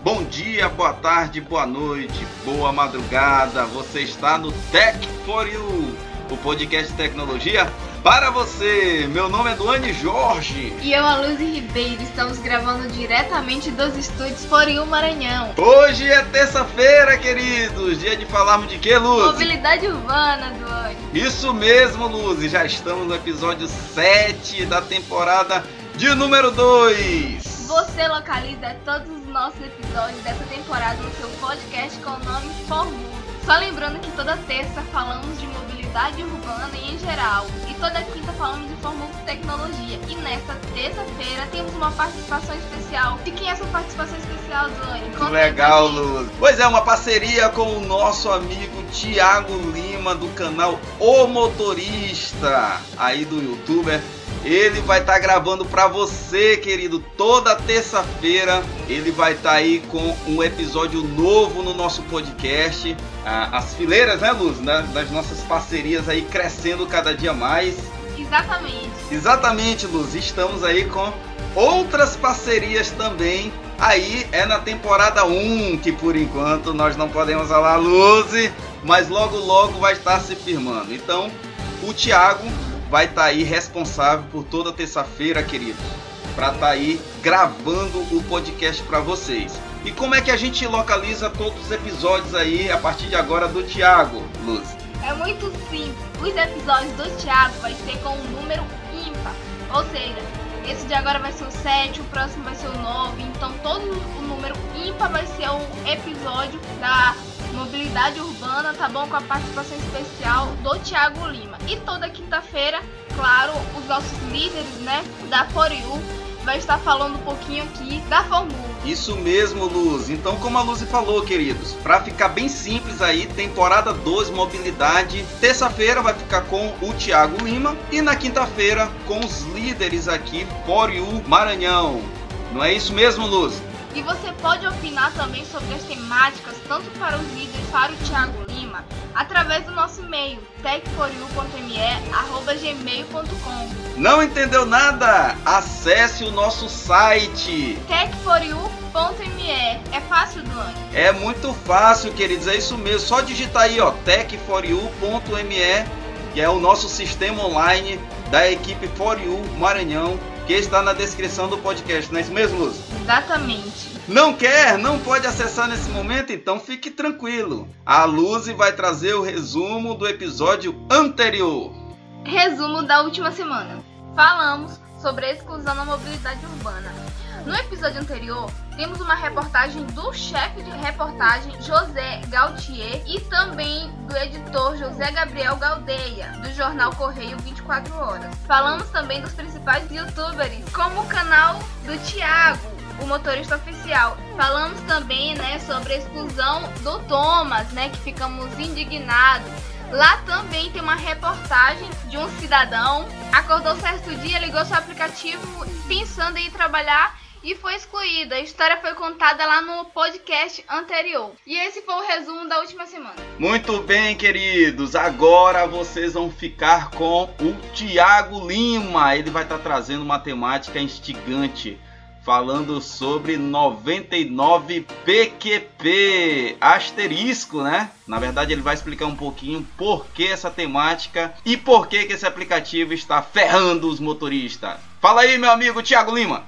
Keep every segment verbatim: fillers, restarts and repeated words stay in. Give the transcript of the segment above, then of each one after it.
Bom dia, boa tarde, boa noite, boa madrugada. Você está no Tech for You, o podcast de tecnologia para você. Meu nome é Duane Jorge. E eu, a Luzi Ribeiro, estamos gravando diretamente dos estúdios For You Maranhão. Hoje é terça-feira, queridos. Dia de falarmos de quê, Luz? Mobilidade urbana, Duane. Isso mesmo, Luz. Já estamos no episódio sete da temporada de número dois. Você localiza todos os nossos episódios dessa temporada no seu podcast com o nome Formudo. Só lembrando que toda terça falamos de mobilidade urbana e em geral. E toda quinta falamos de Formudo Tecnologia. E nesta terça-feira temos uma participação especial. De quem é essa participação especial, Duane? Conta legal, Luz. Pois é, uma parceria com o nosso amigo Thiago Lima, do canal O Motorista, aí do YouTuber. Ele vai estar tá gravando para você, querido, toda terça-feira. Ele vai estar tá aí com um episódio novo no nosso podcast. Ah, as fileiras, né, Luz, né, das nossas parcerias aí crescendo cada dia mais. Exatamente. Exatamente, Luz. Estamos aí com outras parcerias também. Aí é na temporada um, que por enquanto nós não podemos falar, Luz, mas logo logo vai estar se firmando. Então, o Thiago vai estar tá aí responsável por toda terça-feira, queridos, para estar tá aí gravando o podcast para vocês. E como é que a gente localiza todos os episódios aí a partir de agora do Thiago, Luz? É muito simples. Os episódios do Thiago vai ser com um número ímpar. Ou seja, esse de agora vai ser o sete, o próximo vai ser o nove. Então todo o número ímpar vai ser o episódio da mobilidade urbana, tá bom? Com a participação especial do Thiago Lima. E toda quinta-feira, claro, os nossos líderes, né, da For You vai estar falando um pouquinho aqui da Formudo. Isso mesmo, Luz. Então, como a Luz falou, queridos, para ficar bem simples aí, temporada dois, mobilidade. Terça-feira vai ficar com o Thiago Lima e na quinta-feira com os líderes aqui, For You Maranhão. Não é isso mesmo, Luz? E você pode opinar também sobre as temáticas, tanto para os líderes, para o Thiago Lima, através do nosso e-mail, tech for you ponto m e arroba gmail ponto com. Não entendeu nada? Acesse o nosso site tech for you ponto m e. É fácil, Duane? É muito fácil, queridos, é isso mesmo. Só digitar aí, ó, tech for you ponto m e, que é o nosso sistema online da equipe For You Maranhão, que está na descrição do podcast, não é isso mesmo, Luz? Exatamente. Não quer? Não pode acessar nesse momento? Então fique tranquilo. A Luz vai trazer o resumo do episódio anterior. Resumo da última semana. Falamos sobre a exclusão na mobilidade urbana. No episódio anterior, temos uma reportagem do chefe de reportagem José Gautier e também do editor José Gabriel Galdeia, do jornal Correio vinte e quatro horas. Falamos também dos principais youtubers, como o canal do Thiago, o motorista oficial. Falamos também, né, sobre a exclusão do Thomas, né, que ficamos indignados. Lá também tem uma reportagem de um cidadão, acordou certo dia, ligou seu aplicativo pensando em ir trabalhar e foi excluído. A história foi contada lá no podcast anterior. E esse foi o resumo da última semana. Muito bem, queridos. Agora vocês vão ficar com o Thiago Lima. Ele vai estar trazendo uma temática instigante, falando sobre noventa e nove P Q P, asterisco, né? Na verdade, ele vai explicar um pouquinho por que essa temática e por que que esse aplicativo está ferrando os motoristas. Fala aí, meu amigo Thiago Lima.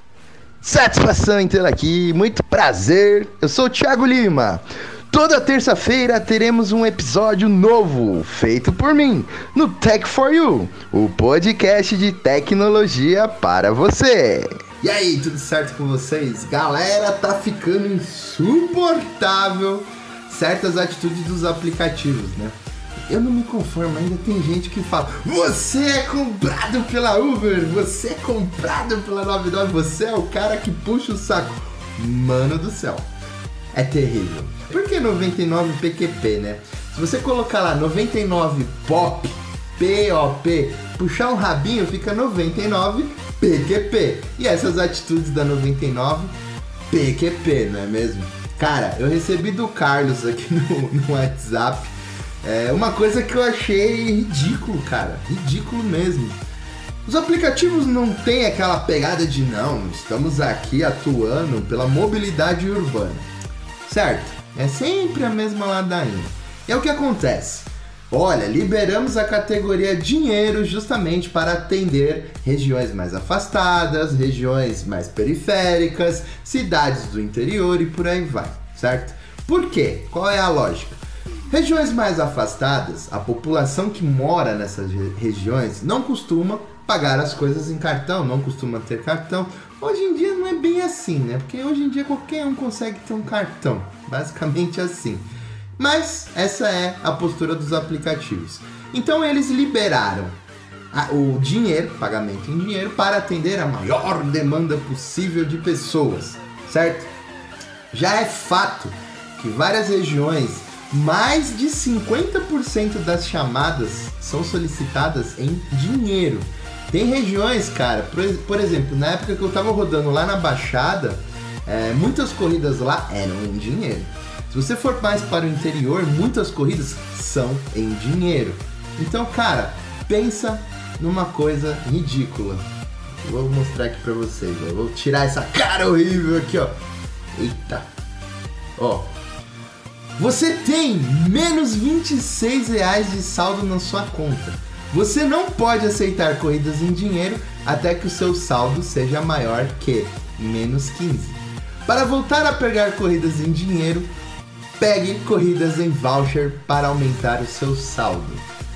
Satisfação em tê-lo aqui, muito prazer. Eu sou o Thiago Lima. Toda terça-feira teremos um episódio novo, feito por mim, no Tech for You, o podcast de tecnologia para você. E aí, tudo certo com vocês? Galera, tá ficando insuportável certas atitudes dos aplicativos, né? Eu não me conformo, ainda tem gente que fala: você é comprado pela Uber, você é comprado pela noventa e nove, você é o cara que puxa o saco. Mano do céu, é terrível. Por que noventa e nove P Q P, né? Se você colocar lá noventa e nove P O P, P O P, puxar um rabinho, fica noventa e nove P Q P. E essas atitudes da noventa e nove P Q P, não é mesmo? Cara, eu recebi do Carlos aqui no, no WhatsApp é, uma coisa que eu achei ridículo, cara. Ridículo mesmo. Os aplicativos não têm aquela pegada de não, estamos aqui atuando pela mobilidade urbana, certo? É sempre a mesma ladainha. E é o que acontece. Olha, liberamos a categoria dinheiro justamente para atender regiões mais afastadas, regiões mais periféricas, cidades do interior e por aí vai, certo? Por quê? Qual é a lógica? Regiões mais afastadas, a população que mora nessas regiões não costuma pagar as coisas em cartão, não costuma ter cartão. Hoje em dia não é bem assim, né? Porque hoje em dia qualquer um consegue ter um cartão, basicamente assim. Mas essa é a postura dos aplicativos. Então eles liberaram a, o dinheiro, pagamento em dinheiro, para atender a maior demanda possível de pessoas, certo? Já é fato que várias regiões, mais de cinquenta por cento das chamadas são solicitadas em dinheiro. Tem regiões, cara, por, por exemplo, na época que eu tava rodando lá na Baixada, é, muitas corridas lá eram em dinheiro. Se você for mais para o interior, muitas corridas são em dinheiro. Então, cara, pensa numa coisa ridícula. Vou mostrar aqui pra vocês, ó. Vou tirar essa cara horrível aqui, ó. Eita. Ó. Você tem menos vinte e seis reais de saldo na sua conta. Você não pode aceitar corridas em dinheiro até que o seu saldo seja maior que menos quinze. Para voltar a pegar corridas em dinheiro, pegue corridas em voucher para aumentar o seu saldo.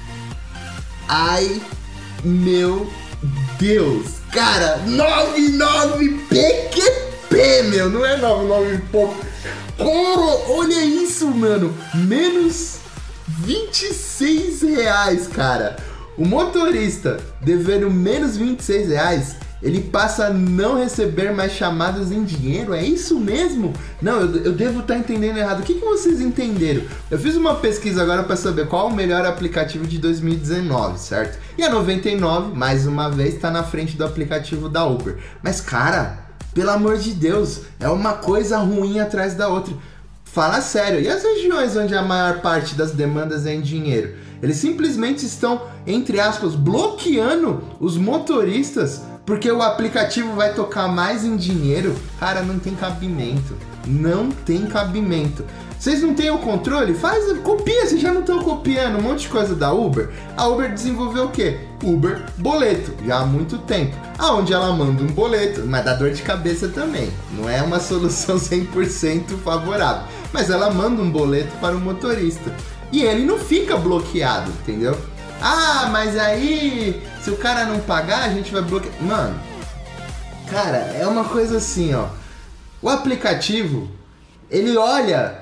Ai, meu Deus, cara, noventa e nove P Q P, meu, não é noventa e nove pouco. Cara, olha isso, mano, menos vinte e seis reais, cara. O motorista devendo menos vinte e seis reais, ele passa a não receber mais chamadas em dinheiro, é isso mesmo? Não, eu, eu devo estar entendendo errado. O que, que vocês entenderam? Eu fiz uma pesquisa agora para saber qual o melhor aplicativo de dois mil e dezenove, certo? E a noventa e nove, mais uma vez, está na frente do aplicativo da Uber. Mas, cara, pelo amor de Deus, é uma coisa ruim atrás da outra. Fala sério, e as regiões onde a maior parte das demandas é em dinheiro? Eles simplesmente estão, entre aspas, bloqueando os motoristas porque o aplicativo vai tocar mais em dinheiro. Cara, não tem cabimento. Não tem cabimento. Vocês não têm o controle? Faz, copia, vocês já não estão copiando um monte de coisa da Uber? A Uber desenvolveu o quê? Uber Boleto, já há muito tempo. Aonde ela manda um boleto, mas dá dor de cabeça também. Não é uma solução cem por cento favorável. Mas ela manda um boleto para o motorista. E ele não fica bloqueado, entendeu? Ah, mas aí, se o cara não pagar, a gente vai bloquear. Mano, cara, é uma coisa assim, ó. O aplicativo, ele olha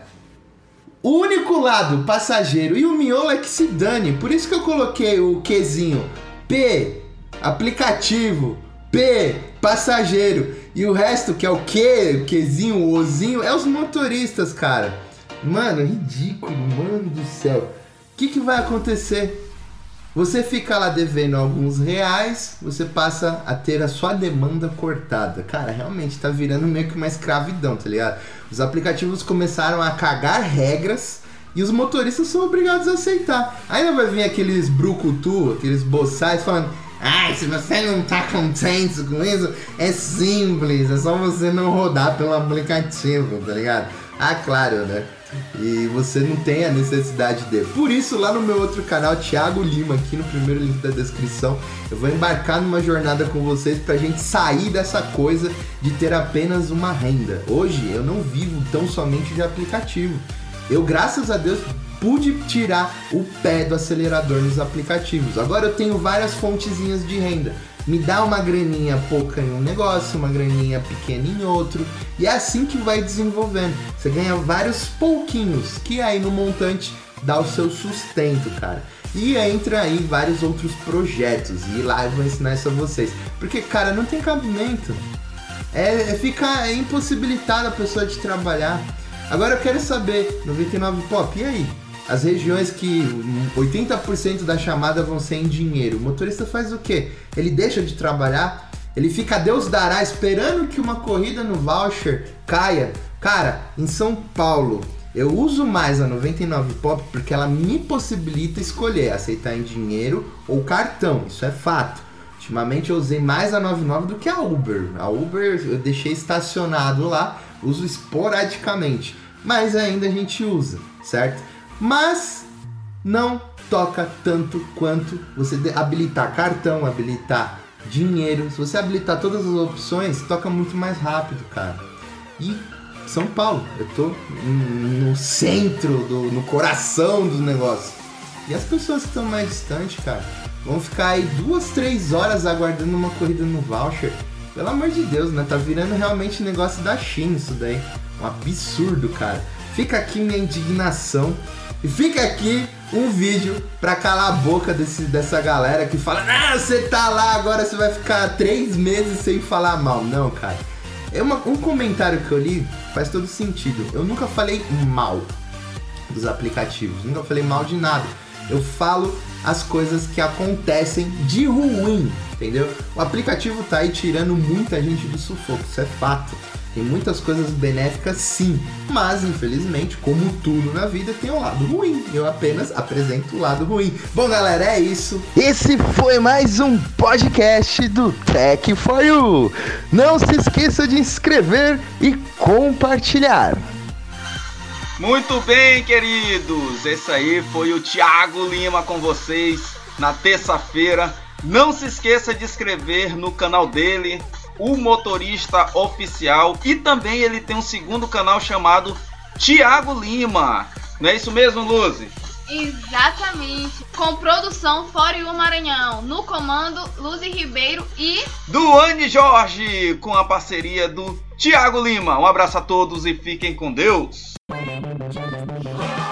o único lado, passageiro, e o miolo é que se dane. Por isso que eu coloquei o Qzinho. P, aplicativo. P, passageiro. E o resto, que é o Q, o Qzinho, o Ozinho, é os motoristas, cara. Mano, ridículo, mano do céu. O que que vai acontecer? Você fica lá devendo alguns reais, você passa a ter a sua demanda cortada. Cara, realmente tá virando meio que uma escravidão, tá ligado? Os aplicativos começaram a cagar regras e os motoristas são obrigados a aceitar. Ainda vai vir aqueles brucutu, aqueles boçais falando: ah, se você não tá contente com isso, é simples, é só você não rodar pelo aplicativo, tá ligado? Ah, claro, né? E você não tem a necessidade de. Por isso, lá no meu outro canal, Thiago Lima, aqui no primeiro link da descrição, eu vou embarcar numa jornada com vocês pra gente sair dessa coisa de ter apenas uma renda. Hoje, eu não vivo tão somente de aplicativo. Eu, graças a Deus, pude tirar o pé do acelerador nos aplicativos. Agora eu tenho várias fontezinhas de renda. Me dá uma graninha pouca em um negócio, uma graninha pequena em outro. E é assim que vai desenvolvendo. Você ganha vários pouquinhos, que aí no montante dá o seu sustento, cara. E entra aí vários outros projetos. E lá eu vou ensinar isso a vocês. Porque, cara, não tem cabimento. É, é ficar é impossibilitada a pessoa de trabalhar. Agora eu quero saber, noventa e nove Pop, e aí? As regiões que oitenta por cento da chamada vão ser em dinheiro, o motorista faz o quê? Ele deixa de trabalhar? Ele fica a Deus dará esperando que uma corrida no voucher caia? Cara, em São Paulo, eu uso mais a noventa e nove Pop porque ela me possibilita escolher aceitar em dinheiro ou cartão, isso é fato. Ultimamente eu usei mais a noventa e nove do que a Uber. A Uber eu deixei estacionado lá, uso esporadicamente, mas ainda a gente usa, certo? Mas não toca tanto quanto você habilitar cartão, habilitar dinheiro. Se você habilitar todas as opções, toca muito mais rápido, cara. E São Paulo, eu tô no centro, do, no coração do negócio. E as pessoas que estão mais distantes, cara, vão ficar aí duas, três horas aguardando uma corrida no voucher. Pelo amor de Deus, né? Tá virando realmente negócio da China isso daí. Um absurdo, cara. Fica aqui minha indignação. E fica aqui um vídeo pra calar a boca desse, dessa galera que fala: ah, você tá lá, agora você vai ficar três meses sem falar mal. Não, cara. É uma, um comentário que eu li faz todo sentido. Eu nunca falei mal dos aplicativos, nunca falei mal de nada. Eu falo as coisas que acontecem de ruim, entendeu? O aplicativo tá aí tirando muita gente do sufoco, isso é fato. Tem muitas coisas benéficas sim, mas infelizmente, como tudo na vida, tem um lado ruim. Eu apenas apresento o lado ruim. Bom, galera, é isso. Esse foi mais um podcast do Tech for You. Não se esqueça de inscrever e compartilhar. Muito bem, queridos. Esse aí foi o Thiago Lima com vocês na terça-feira. Não se esqueça de inscrever no canal dele, o Motorista Oficial, e também ele tem um segundo canal chamado Thiago Lima. Não é isso mesmo, Luzi? Exatamente. Com produção For You Maranhão. No comando, Luzi Ribeiro e Duane Jorge, com a parceria do Thiago Lima. Um abraço a todos e fiquem com Deus. Oh!